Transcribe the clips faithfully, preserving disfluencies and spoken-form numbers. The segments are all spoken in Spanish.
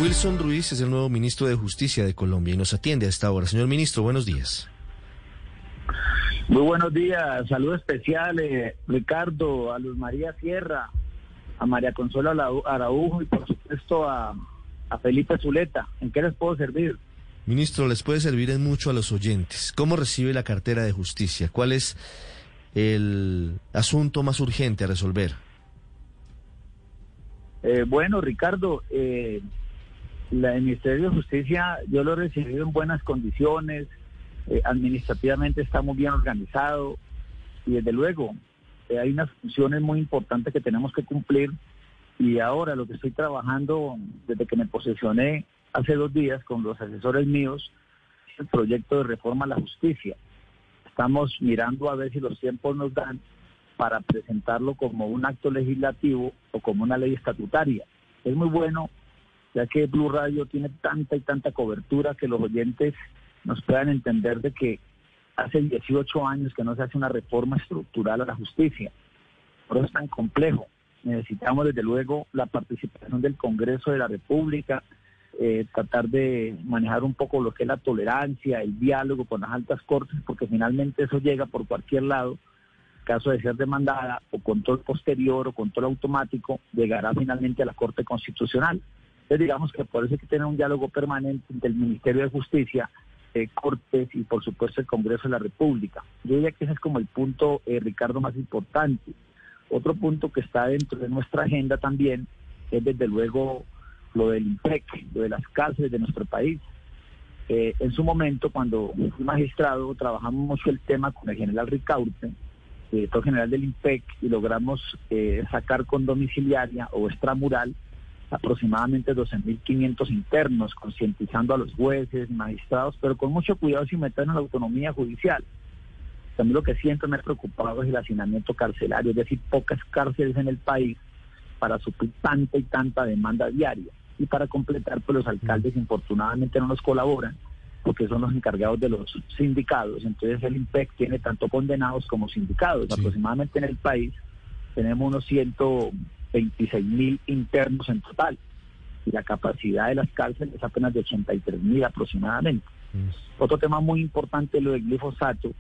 Wilson Ruiz es el nuevo ministro de Justicia de Colombia y nos atiende a esta hora. Señor ministro, buenos días. Muy buenos días, saludos especiales, Ricardo, a Luz María Sierra, a María Consuelo Araujo y por supuesto a, a Felipe Zuleta. ¿En qué les puedo servir? Ministro, les puede servir en mucho a los oyentes. ¿Cómo recibe la cartera de justicia? ¿Cuál es el asunto más urgente a resolver? Eh, bueno, Ricardo, eh, la, el Ministerio de Justicia yo lo he recibido en buenas condiciones, eh, administrativamente está muy bien organizado y desde luego eh, hay unas funciones muy importantes que tenemos que cumplir y ahora lo que estoy trabajando desde que me posesioné hace dos días con los asesores míos es el proyecto de reforma a la justicia. Estamos mirando a ver si los tiempos nos dan para presentarlo como un acto legislativo o como una ley estatutaria. Es muy bueno, ya que Blue Radio tiene tanta y tanta cobertura que los oyentes nos puedan entender de que hace dieciocho años que no se hace una reforma estructural a la justicia. Por eso es tan complejo. Necesitamos desde luego la participación del Congreso de la República, eh, tratar de manejar un poco lo que es la tolerancia, el diálogo con las altas cortes, porque finalmente eso llega por cualquier lado. Caso de ser demandada o control posterior o control automático, llegará finalmente a la Corte Constitucional. Entonces digamos que por eso hay que tener un diálogo permanente entre el Ministerio de Justicia, eh, Cortes y por supuesto el Congreso de la República. Yo diría que ese es como el punto, eh, Ricardo, más importante. Otro punto que está dentro de nuestra agenda también es desde luego lo del IMPEC, lo de las cárceles de nuestro país. Eh, en su momento, cuando fui magistrado, trabajamos mucho el tema con el general Ricaurte, director general del IMPEC, y logramos eh, sacar con domiciliaria o extramural aproximadamente doce mil quinientos internos, concientizando a los jueces y magistrados, pero con mucho cuidado sin meternos en la autonomía judicial. También lo que siempre me ha preocupado es el hacinamiento carcelario, es decir, pocas cárceles en el país para suplir tanta y tanta demanda diaria. Y para completar, pues los alcaldes infortunadamente no nos colaboran, porque son los encargados de los sindicados. Entonces el IMPEC tiene tanto condenados como sindicados. Sí. Aproximadamente en el país tenemos unos ciento veintiséis mil internos en total, y la capacidad de las cárceles es apenas de ochenta y tres mil aproximadamente. Mm. Otro tema muy importante es lo del glifosato,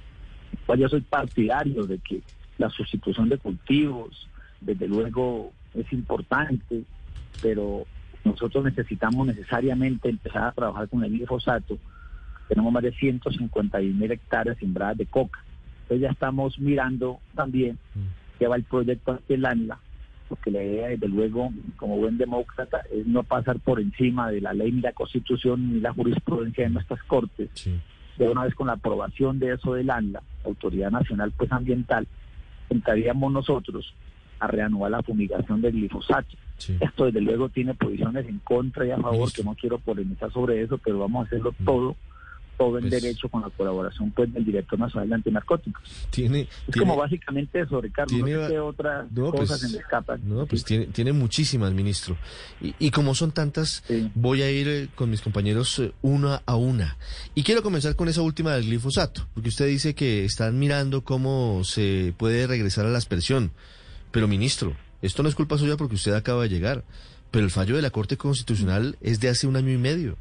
pues yo soy partidario de que la sustitución de cultivos, desde luego, es importante, pero nosotros necesitamos necesariamente empezar a trabajar con el glifosato. Tenemos más de ciento cincuenta y mil hectáreas sembradas de coca. Entonces ya estamos mirando también que va el proyecto ante el ANLA, porque la idea, desde luego, como buen demócrata, es no pasar por encima de la ley, ni la Constitución, ni la jurisprudencia de nuestras cortes. Sí. De una vez con la aprobación de eso del ANLA, Autoridad Nacional pues Ambiental, entraríamos nosotros a reanudar la fumigación del glifosato. Sí. Esto desde luego tiene posiciones en contra y a favor, Listo. Que no quiero polemizar sobre eso, pero vamos a hacerlo todo, todo en pues, derecho con la colaboración pues del Director Nacional de Antinarcóticos. Tiene, es tiene, como básicamente eso, Ricardo, tiene, no sé qué otras no, cosas pues, se me escapan. No, pues sí. tiene, tiene muchísimas, ministro. Y, y como son tantas, sí. voy a ir eh, con mis compañeros eh, una a una. Y quiero comenzar con esa última del glifosato, porque usted dice que están mirando cómo se puede regresar a la aspersión. Pero, ministro, esto no es culpa suya porque usted acaba de llegar, pero el fallo de la Corte Constitucional es de hace un año y medio.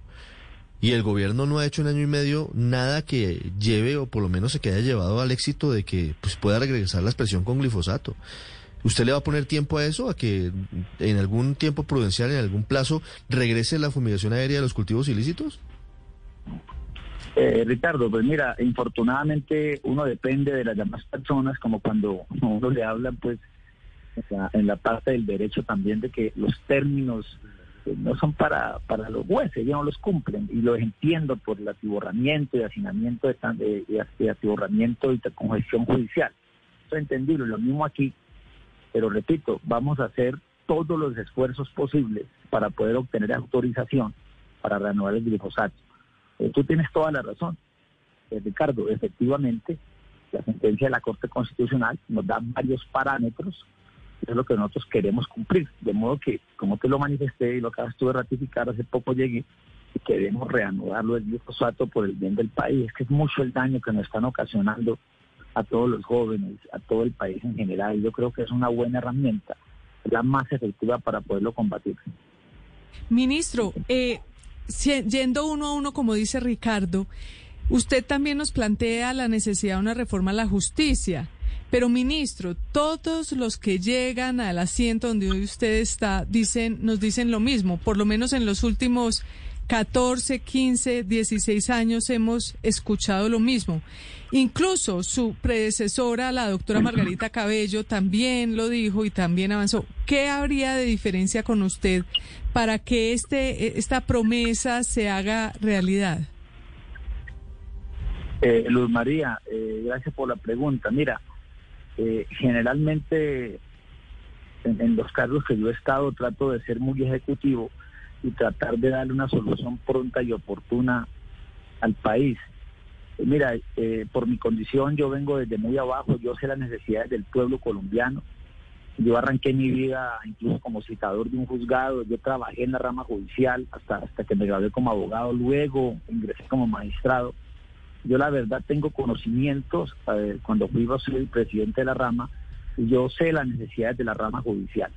Y el gobierno no ha hecho en año y medio nada que lleve, o por lo menos se que haya llevado al éxito de que pues, pueda regresar la aspersión con glifosato. ¿Usted le va a poner tiempo a eso, a que en algún tiempo prudencial, en algún plazo, regrese la fumigación aérea de los cultivos ilícitos? Eh, Ricardo, pues mira, infortunadamente uno depende de las demás personas, como cuando uno le hablan, pues, en la parte del derecho también, de que los términos eh, no son para para los jueces, ellos no los cumplen, y los entiendo por el atiborramiento y hacinamiento de, de, de, de atiborramiento y de congestión judicial. Eso es entendible, lo mismo aquí, pero repito, vamos a hacer todos los esfuerzos posibles para poder obtener autorización para reanudar el glifosato. Eh, tú tienes toda la razón, eh, Ricardo, efectivamente, la sentencia de la Corte Constitucional nos da varios parámetros. Es lo que nosotros queremos cumplir, de modo que, como te lo manifesté y lo acabas tú de ratificar, hace poco llegué, y queremos reanudarlo el glifosato por el bien del país. Es que es mucho el daño que nos están ocasionando a todos los jóvenes, a todo el país en general. Yo creo que es una buena herramienta, es la más efectiva para poderlo combatir. Ministro, eh, si, yendo uno a uno, como dice Ricardo, usted también nos plantea la necesidad de una reforma a la justicia. Pero, ministro, todos los que llegan al asiento donde usted está dicen, nos dicen lo mismo. Por lo menos en los últimos catorce, quince, dieciséis años hemos escuchado lo mismo. Incluso su predecesora, la doctora Margarita Cabello, también lo dijo y también avanzó. ¿Qué habría de diferencia con usted para que este esta promesa se haga realidad? Eh, Luz María, eh, gracias por la pregunta. Mira, eh, generalmente en, en los cargos que yo he estado trato de ser muy ejecutivo y tratar de darle una solución pronta y oportuna al país. Eh, mira, eh, por mi condición yo vengo desde muy abajo, yo sé las necesidades del pueblo colombiano. Yo arranqué mi vida incluso como citador de un juzgado, yo trabajé en la rama judicial hasta, hasta que me gradué como abogado, luego ingresé como magistrado. Yo la verdad tengo conocimientos, eh, cuando fui a ser el presidente de la rama, yo sé las necesidades de la rama judicial.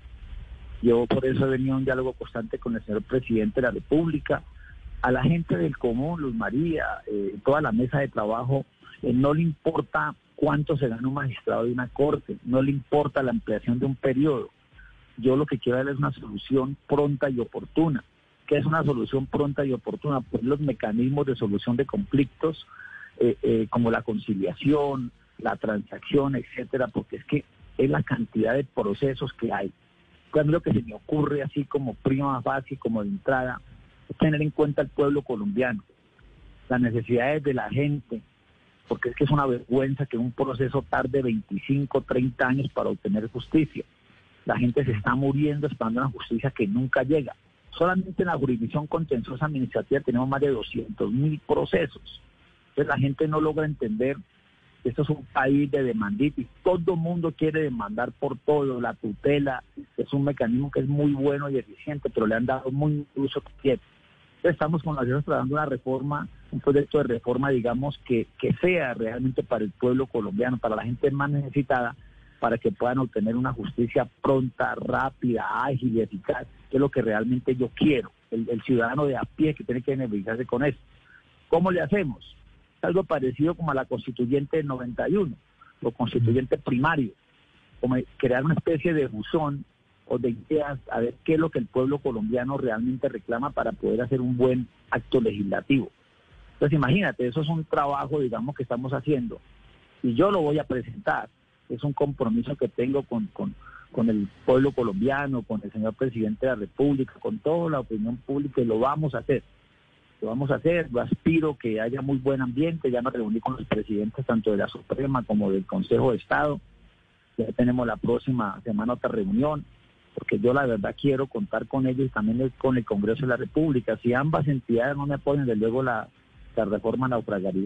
Yo por eso he venido a un diálogo constante con el señor presidente de la República. A la gente del común, Luz María, eh, toda la mesa de trabajo, eh, no le importa cuánto se gana un magistrado de una corte, no le importa la ampliación de un periodo. Yo lo que quiero darle es una solución pronta y oportuna. ¿Qué es una solución pronta y oportuna? Pues los mecanismos de solución de conflictos, eh, eh, como la conciliación, la transacción, etcétera, porque es que es la cantidad de procesos que hay. Pues a mí lo que se me ocurre así como prima fase, como de entrada, es tener en cuenta al pueblo colombiano, las necesidades de la gente, porque es que es una vergüenza que un proceso tarde veinticinco, treinta años para obtener justicia. La gente se está muriendo esperando una justicia que nunca llega. Solamente en la jurisdicción contenciosa administrativa tenemos más de doscientos mil procesos. Entonces la gente no logra entender que esto es un país de demanditis. Todo el mundo quiere demandar por todo. La tutela es un mecanismo que es muy bueno y eficiente, pero le han dado muy uso quieto. Entonces estamos con las asesores tratando una reforma, un proyecto de reforma, digamos, que, que sea realmente para el pueblo colombiano, para la gente más necesitada, para que puedan obtener una justicia pronta, rápida, ágil y eficaz, que es lo que realmente yo quiero, el, el ciudadano de a pie que tiene que beneficiarse con eso. ¿Cómo le hacemos? Algo parecido como a la constituyente del noventa y uno, lo constituyente primario, como crear una especie de buzón o de ideas, a ver qué es lo que el pueblo colombiano realmente reclama para poder hacer un buen acto legislativo. Entonces imagínate, eso es un trabajo, digamos, que estamos haciendo, y yo lo voy a presentar. Es un compromiso que tengo con, con, con el pueblo colombiano, con el señor presidente de la República, con toda la opinión pública, y lo vamos a hacer. Lo vamos a hacer, yo aspiro que haya muy buen ambiente. Ya me reuní con los presidentes tanto de la Suprema como del Consejo de Estado. Ya tenemos la próxima semana otra reunión, porque yo la verdad quiero contar con ellos y también con el Congreso de la República. Si ambas entidades no me apoyan, desde luego la, la reforma naufragaría.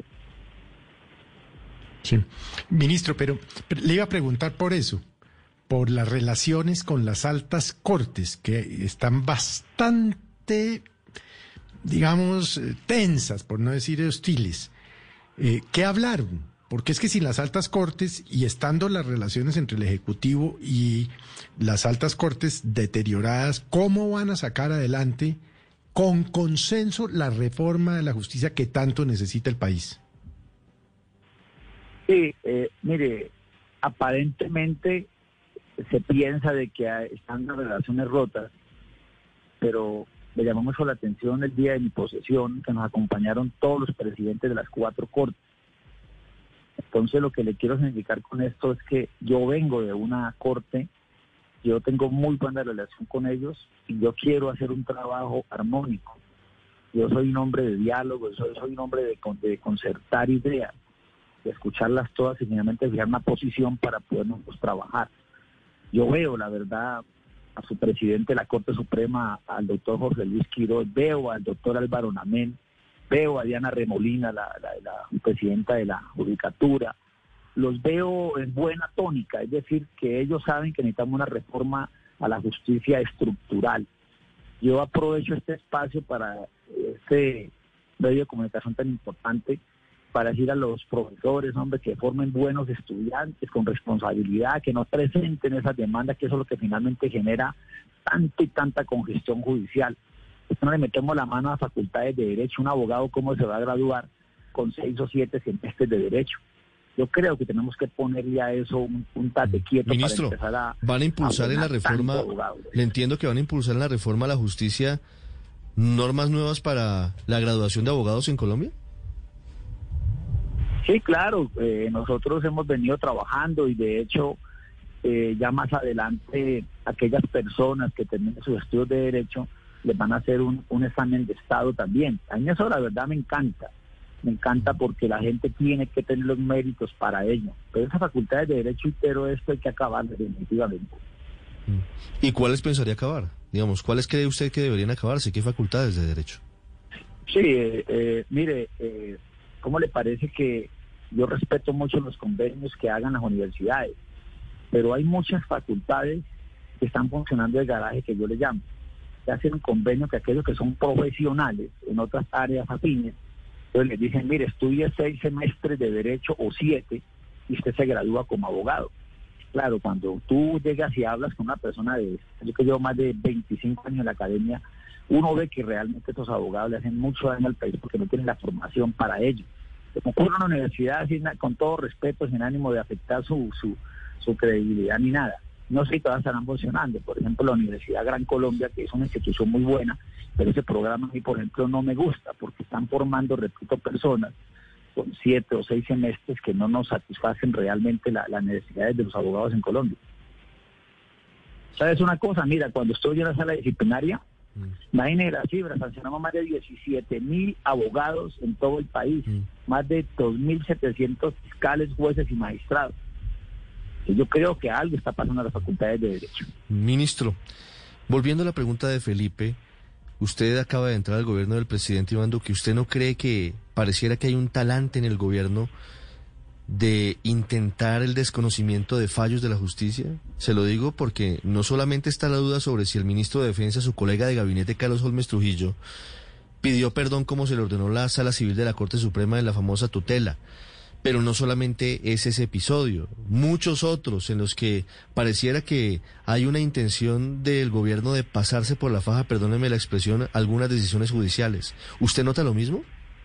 Sí, ministro, pero, pero le iba a preguntar por eso, por las relaciones con las altas cortes, que están bastante, digamos, tensas, por no decir hostiles. Eh, ¿Qué hablaron? Porque es que sin las altas cortes y estando las relaciones entre el Ejecutivo y las altas cortes deterioradas, ¿cómo van a sacar adelante con consenso la reforma de la justicia que tanto necesita el país? Sí, eh, mire, aparentemente se piensa de que hay, están las relaciones rotas, pero me llamó mucho la atención el día de mi posesión que nos acompañaron todos los presidentes de las cuatro cortes. Entonces lo que le quiero significar con esto es que yo vengo de una corte, yo tengo muy buena relación con ellos y yo quiero hacer un trabajo armónico. Yo soy un hombre de diálogo, yo soy, soy un hombre de, de concertar ideas, de escucharlas todas y finalmente fijar una posición para podernos trabajar. Yo veo, la verdad, a su presidente de la Corte Suprema, al doctor Jorge Luis Quiroz, veo al doctor Álvaro Namén, veo a Diana Remolina, la, la, la presidenta de la Judicatura, los veo en buena tónica, es decir, que ellos saben que necesitamos una reforma a la justicia estructural. Yo aprovecho este espacio para este medio de comunicación tan importante, para decir a los profesores, hombre, que formen buenos estudiantes con responsabilidad, que no presenten esas demandas, que eso es lo que finalmente genera tanta y tanta congestión judicial. Es que no le metemos la mano a facultades de derecho. Un abogado, ¿cómo se va a graduar con seis o siete semestres de derecho? Yo creo que tenemos que ponerle a eso un, un tate quieto. Ministro, para empezar a, van a impulsar a en la reforma, le entiendo que van a impulsar en la reforma a la justicia normas nuevas para la graduación de abogados en Colombia. Sí, claro, eh, nosotros hemos venido trabajando y de hecho eh, ya más adelante aquellas personas que terminen sus estudios de derecho les van a hacer un, un examen de estado también. A mí eso la verdad me encanta. Me encanta porque la gente tiene que tener los méritos para ello. Pero esas facultades de derecho, pero esto hay que acabar definitivamente. ¿Y cuáles pensaría acabar? Digamos, ¿cuáles cree usted que deberían acabarse? ¿Qué facultades de derecho? Sí, eh, eh, mire, eh, ¿cómo le parece que yo respeto mucho los convenios que hagan las universidades? Pero hay muchas facultades que están funcionando de garaje, que yo le llamo. Se hacen un convenio que aquellos que son profesionales en otras áreas afines, entonces les dicen, mire, estudie seis semestres de derecho o siete y usted se gradúa como abogado. Claro, cuando tú llegas y hablas con una persona de, yo que llevo más de veinticinco años en la academia, uno ve que realmente estos abogados le hacen mucho daño al país porque no tienen la formación para ello. Como ocurre en la universidad, sin, con todo respeto, sin ánimo de afectar su, su, su credibilidad ni nada. No sé si todas estarán funcionando. Por ejemplo, la Universidad Gran Colombia, que es una institución muy buena, pero ese programa a mí, por ejemplo, no me gusta porque están formando, repito, personas con siete o seis semestres que no nos satisfacen realmente la, las necesidades de los abogados en Colombia. ¿Sabes una cosa? Mira, cuando estoy en la sala disciplinaria, mm. imagínate la cifra, sancionamos más de diecisiete mil abogados en todo el país, mm. más de dos mil setecientos fiscales, jueces y magistrados. Yo creo que algo está pasando en las facultades de Derecho. Ministro, volviendo a la pregunta de Felipe, usted acaba de entrar al gobierno del presidente Iván Duque. ¿Usted no cree que pareciera que hay un talante en el gobierno de intentar el desconocimiento de fallos de la justicia? Se lo digo porque no solamente está la duda sobre si el ministro de Defensa, su colega de gabinete Carlos Holmes Trujillo, pidió perdón como se le ordenó la Sala Civil de la Corte Suprema en la famosa tutela. Pero no solamente es ese episodio, muchos otros en los que pareciera que hay una intención del gobierno de pasarse por la faja, perdóneme la expresión, algunas decisiones judiciales. ¿Usted nota lo mismo?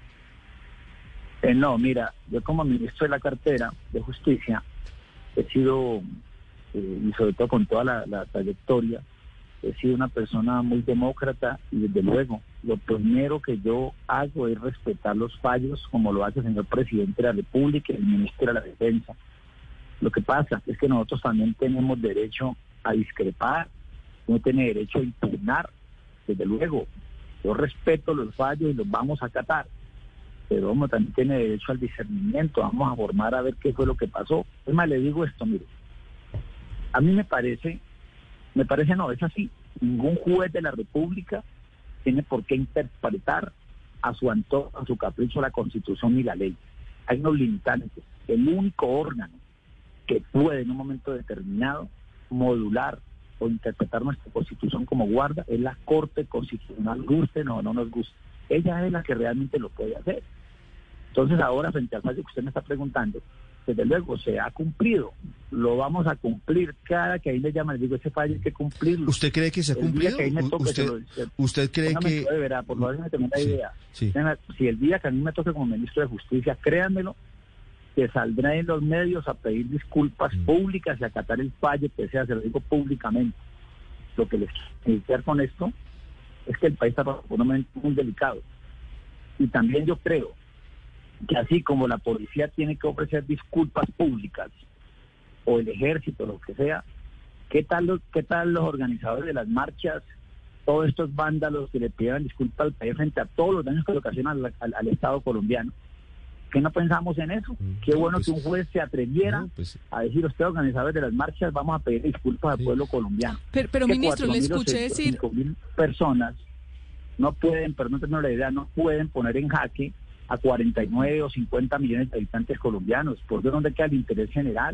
Eh, no, mira, yo como ministro de la cartera de Justicia he sido, eh, y sobre todo con toda la, la trayectoria, he sido una persona muy demócrata y desde luego lo primero que yo hago es respetar los fallos como lo hace el señor presidente de la República y el ministro de la Defensa. Lo que pasa es que nosotros también tenemos derecho a discrepar, uno tiene derecho a impugnar, desde luego. Yo respeto los fallos y los vamos a acatar, pero uno también tiene derecho al discernimiento, vamos a formar a ver qué fue lo que pasó. Es más, le digo esto, mire, a mí me parece... Me parece no, es así. Ningún juez de la República tiene por qué interpretar a su antojo, a su capricho, la Constitución ni la ley. Hay unos limitantes. El único órgano que puede en un momento determinado modular o interpretar nuestra Constitución como guarda es la Corte Constitucional, guste o no nos guste. Ella es la que realmente lo puede hacer. Entonces ahora, frente al fallo que usted me está preguntando, desde luego se ha cumplido, lo vamos a cumplir. Cada que ahí le llaman, le digo, ese fallo hay que cumplirlo. ¿Usted cree que se ha cumplido? Que toque, ¿Usted, lo, ¿usted cree que...? De verdad, por favor, déjame terminar la sí, idea. Sí. Si el día que a mí me toque como ministro de Justicia, créanmelo, que saldrá en los medios a pedir disculpas mm. públicas y a acatar el fallo que sea, se lo digo públicamente. Lo que les quiero decir con esto es que el país está por un momento muy delicado. Y también yo creo que así como la policía tiene que ofrecer disculpas públicas, o el ejército, lo que sea, ¿qué tal los, qué tal los organizadores de las marchas, todos estos vándalos que le pidieran disculpas al país frente a todos los daños que le ocasionan al, al, al Estado colombiano? ¿Qué no pensamos en eso? Qué bueno pues, que un juez se atreviera no, pues, a decir, usted, organizadores de las marchas, vamos a pedir disculpas sí. al pueblo colombiano. Pero, pero ministro, le escuché decir... cinco mil personas no pueden, perdón, tengo la idea, no pueden poner en jaque a cuarenta y nueve o cincuenta millones de habitantes colombianos. ¿Por dónde queda el interés general?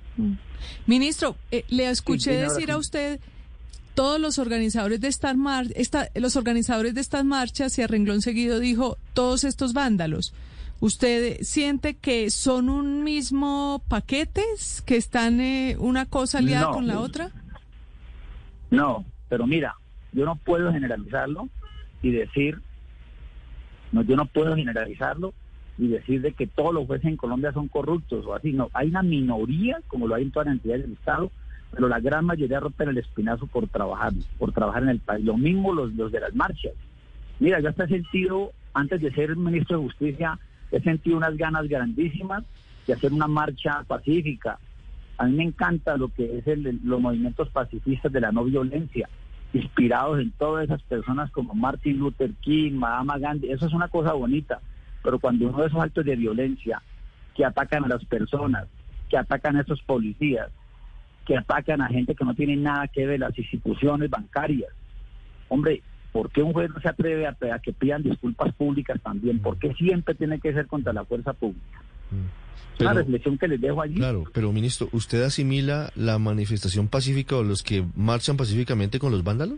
Ministro, eh, le escuché sí, decir a usted, todos los organizadores de estas mar esta, los organizadores de estas marchas, y a renglón seguido dijo, todos estos vándalos. ¿Usted siente que son un mismo paquetes, que están eh, una cosa aliada no, con la otra? No, pero mira, yo no puedo generalizarlo, y decir, no, yo no puedo generalizarlo y decir de que todos los jueces en Colombia son corruptos o así, no, hay una minoría, como lo hay en todas las entidades del Estado, pero la gran mayoría rompen el espinazo por trabajar, por trabajar en el país. Lo mismo los, los de las marchas. Mira, yo hasta he sentido, antes de ser ministro de Justicia, he sentido unas ganas grandísimas de hacer una marcha pacífica. A mí me encanta lo que es el, los movimientos pacifistas de la no violencia, inspirados en todas esas personas como Martin Luther King, Mahatma Gandhi. Eso es una cosa bonita, pero cuando uno de esos actos de violencia que atacan a las personas, que atacan a esos policías, que atacan a gente que no tiene nada que ver, las instituciones bancarias, hombre, ¿por qué un juez no se atreve a, a que pidan disculpas públicas también? ¿Por qué siempre tiene que ser contra la fuerza pública? Pero, una reflexión que les dejo allí. Claro, pero ministro, ¿usted asimila la manifestación pacífica o los que marchan pacíficamente con los vándalos?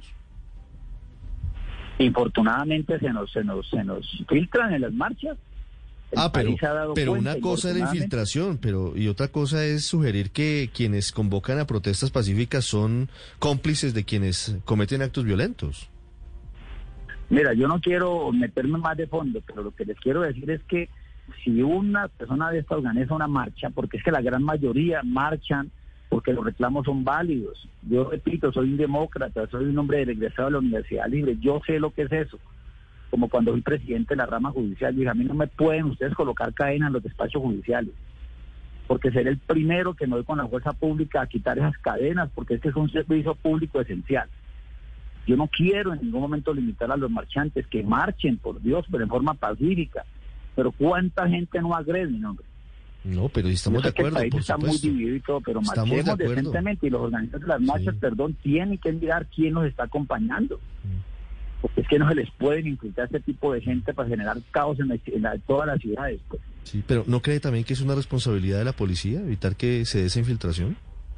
Infortunadamente se nos se nos se nos filtran en las marchas. El ah, pero, pero cuenta, una cosa es la infiltración, pero y otra cosa es sugerir que quienes convocan a protestas pacíficas son cómplices de quienes cometen actos violentos. Mira, yo no quiero meterme más de fondo, pero lo que les quiero decir es que si una persona de esta organiza una marcha, porque es que la gran mayoría marchan porque los reclamos son válidos. Yo repito, soy un demócrata, soy un hombre egresado de la Universidad Libre, yo sé lo que es eso. Como cuando fui presidente de la rama judicial, dije, a mí no me pueden ustedes colocar cadena en los despachos judiciales, porque seré el primero que me voy con la fuerza pública a quitar esas cadenas, porque este es un servicio público esencial. Yo no quiero en ningún momento limitar a los marchantes, que marchen, por Dios, pero en forma pacífica. Pero ¿cuánta gente no agrede, mi nombre? No, pero estamos de acuerdo, el país por está supuesto. muy dividido y todo, pero Estamos marchemos de decentemente, y los organizadores de las marchas, Sí. perdón, tienen que mirar quién nos está acompañando. Mm. Porque es que no se les pueden infiltrar este tipo de gente para generar caos en, la, en la, todas las ciudades, pues. Sí, pero ¿no cree también que es una responsabilidad de la policía evitar que se dé esa infiltración?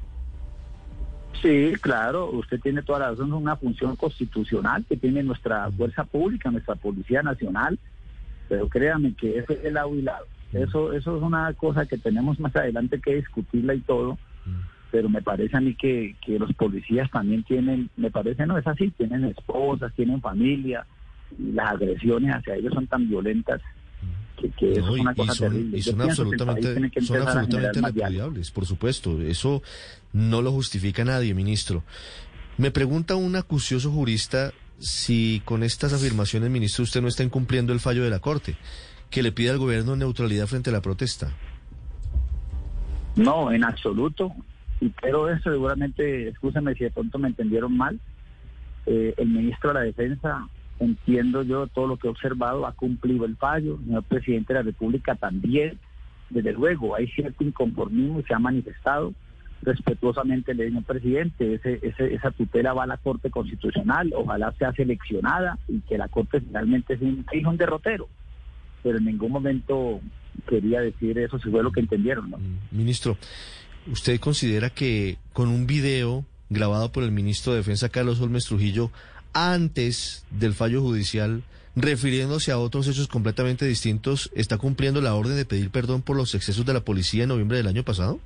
Sí, claro, usted tiene toda la razón, es una función constitucional que tiene nuestra fuerza pública, nuestra Policía Nacional, pero créanme que ese es el lado y lado. Eso, eso es una cosa que tenemos más adelante que discutirla y todo, pero me parece a mí que, que los policías también tienen, me parece no es así, tienen esposas, tienen familia, y las agresiones hacia ellos son tan violentas que, que eso No, es una y, cosa y son, terrible. y Yo son pienso que el país absolutamente, tiene que son empezar a absolutamente generar más diálogo. repudiables, por supuesto. Eso no lo justifica nadie, ministro. Me pregunta un acucioso jurista si con estas afirmaciones, ministro, usted no está incumpliendo el fallo de la Corte, que le pide al gobierno neutralidad frente a la protesta. No, en absoluto. Y pero eso seguramente, escúchame si de pronto me entendieron mal, eh, el ministro de la Defensa, entiendo yo todo lo que he observado, ha cumplido el fallo, el señor presidente de la República también, desde luego hay cierto inconformismo y se ha manifestado respetuosamente el señor presidente, ese, ese, esa tutela va a la Corte Constitucional, ojalá sea seleccionada y que la Corte finalmente sea un derrotero, pero en ningún momento quería decir eso, si fue lo que entendieron, ¿no? Ministro, ¿usted considera que con un video grabado por el ministro de Defensa, Carlos Holmes Trujillo, antes del fallo judicial, refiriéndose a otros hechos completamente distintos, está cumpliendo la orden de pedir perdón por los excesos de la policía en noviembre del año pasado?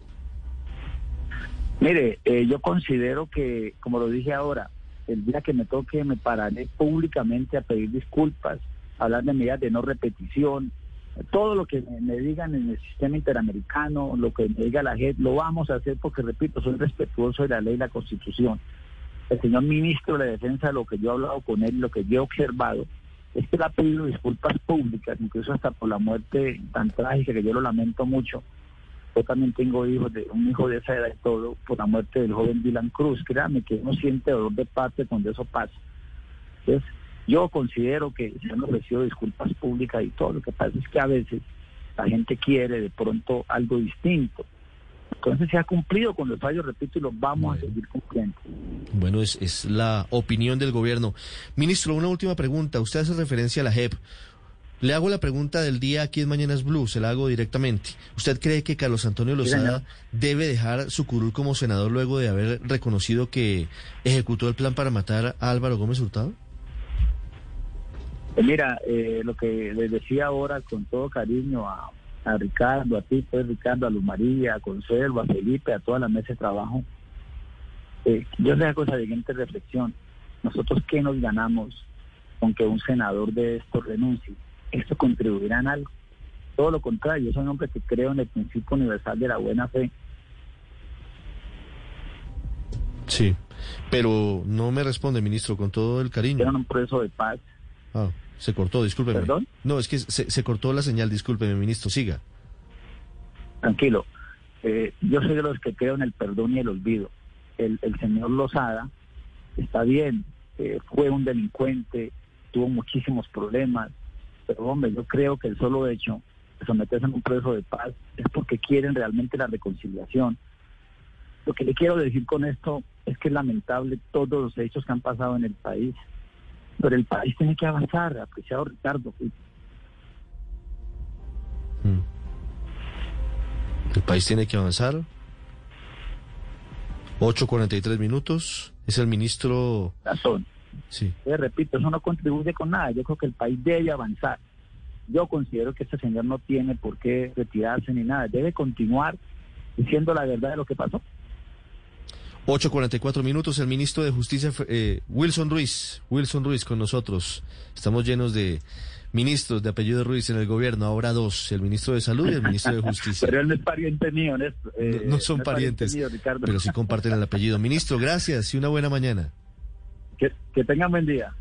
Mire, eh, yo considero que, como lo dije ahora, el día que me toque me pararé públicamente a pedir disculpas, a hablar de medidas de no repetición, todo lo que me, me digan en el sistema interamericano, lo que me diga la J E P, lo vamos a hacer porque, repito, soy respetuoso de la ley y la Constitución. El señor ministro de la Defensa, lo que yo he hablado con él, lo que yo he observado, es que él ha pedido disculpas públicas, incluso hasta por la muerte tan trágica, que yo lo lamento mucho. Yo también tengo hijos, de un hijo de esa edad y todo, por la muerte del joven Dylan Cruz. Créame que uno siente dolor de parte cuando eso pasa. Entonces, yo considero que se han ofrecido disculpas públicas y todo. Lo que pasa es que a veces la gente quiere de pronto algo distinto. Entonces se ha cumplido con los fallos, repito, y los vamos bueno. a seguir cumpliendo. Bueno, es, es la opinión del gobierno. Ministro, una última pregunta. Usted hace referencia a la J E P. Le hago la pregunta del día aquí en Mañanas Blue, se la hago directamente. ¿Usted cree que Carlos Antonio Lozada sí, debe dejar su curul como senador luego de haber reconocido que ejecutó el plan para matar a Álvaro Gómez Hurtado? Mira, eh, lo que les decía ahora con todo cariño a, a Ricardo, a ti, pues Ricardo, a Luz María, a Consuelo, a Felipe, a toda la mesa de trabajo, eh, yo les hago esa siguiente reflexión. Nosotros, ¿qué nos ganamos con que un senador de esto renuncie. ¿Esto contribuirá en algo? Todo lo contrario, yo soy un hombre que creo en el principio universal de la buena fe. Sí, pero no me responde, ministro, con todo el cariño. Era un proceso de paz. Ah, se cortó, discúlpeme. ¿Perdón? No, es que se, se cortó la señal, discúlpeme, ministro, siga. Tranquilo. Eh, yo soy de los que creo en el perdón y el olvido. El, el señor Lozada está bien, eh, fue un delincuente, tuvo muchísimos problemas, pero hombre, yo creo que el solo hecho de someterse a un proceso de paz es porque quieren realmente la reconciliación. Lo que le quiero decir con esto es que es lamentable todos los hechos que han pasado en el país, pero el país tiene que avanzar, apreciado Ricardo. Mm. El país tiene que avanzar. ocho cuarenta y tres minutos. Es el ministro... Razón. Sí. Eh, repito, eso no contribuye con nada. Yo creo que el país debe avanzar. Yo considero que este señor no tiene por qué retirarse ni nada. Debe continuar diciendo la verdad de lo que pasó. ocho cuarenta y cuatro minutos. El ministro de Justicia, eh, Wilson Ruiz. Wilson Ruiz con nosotros. Estamos llenos de ministros de apellido Ruiz en el gobierno. Ahora dos. El ministro de Salud y el ministro de Justicia. Pero él no es pariente mío, Néstor. Eh, no, no son no es parientes, pariente mío, Ricardo. pero sí comparten el apellido. Ministro, gracias y una buena mañana. Que, que tengan buen día.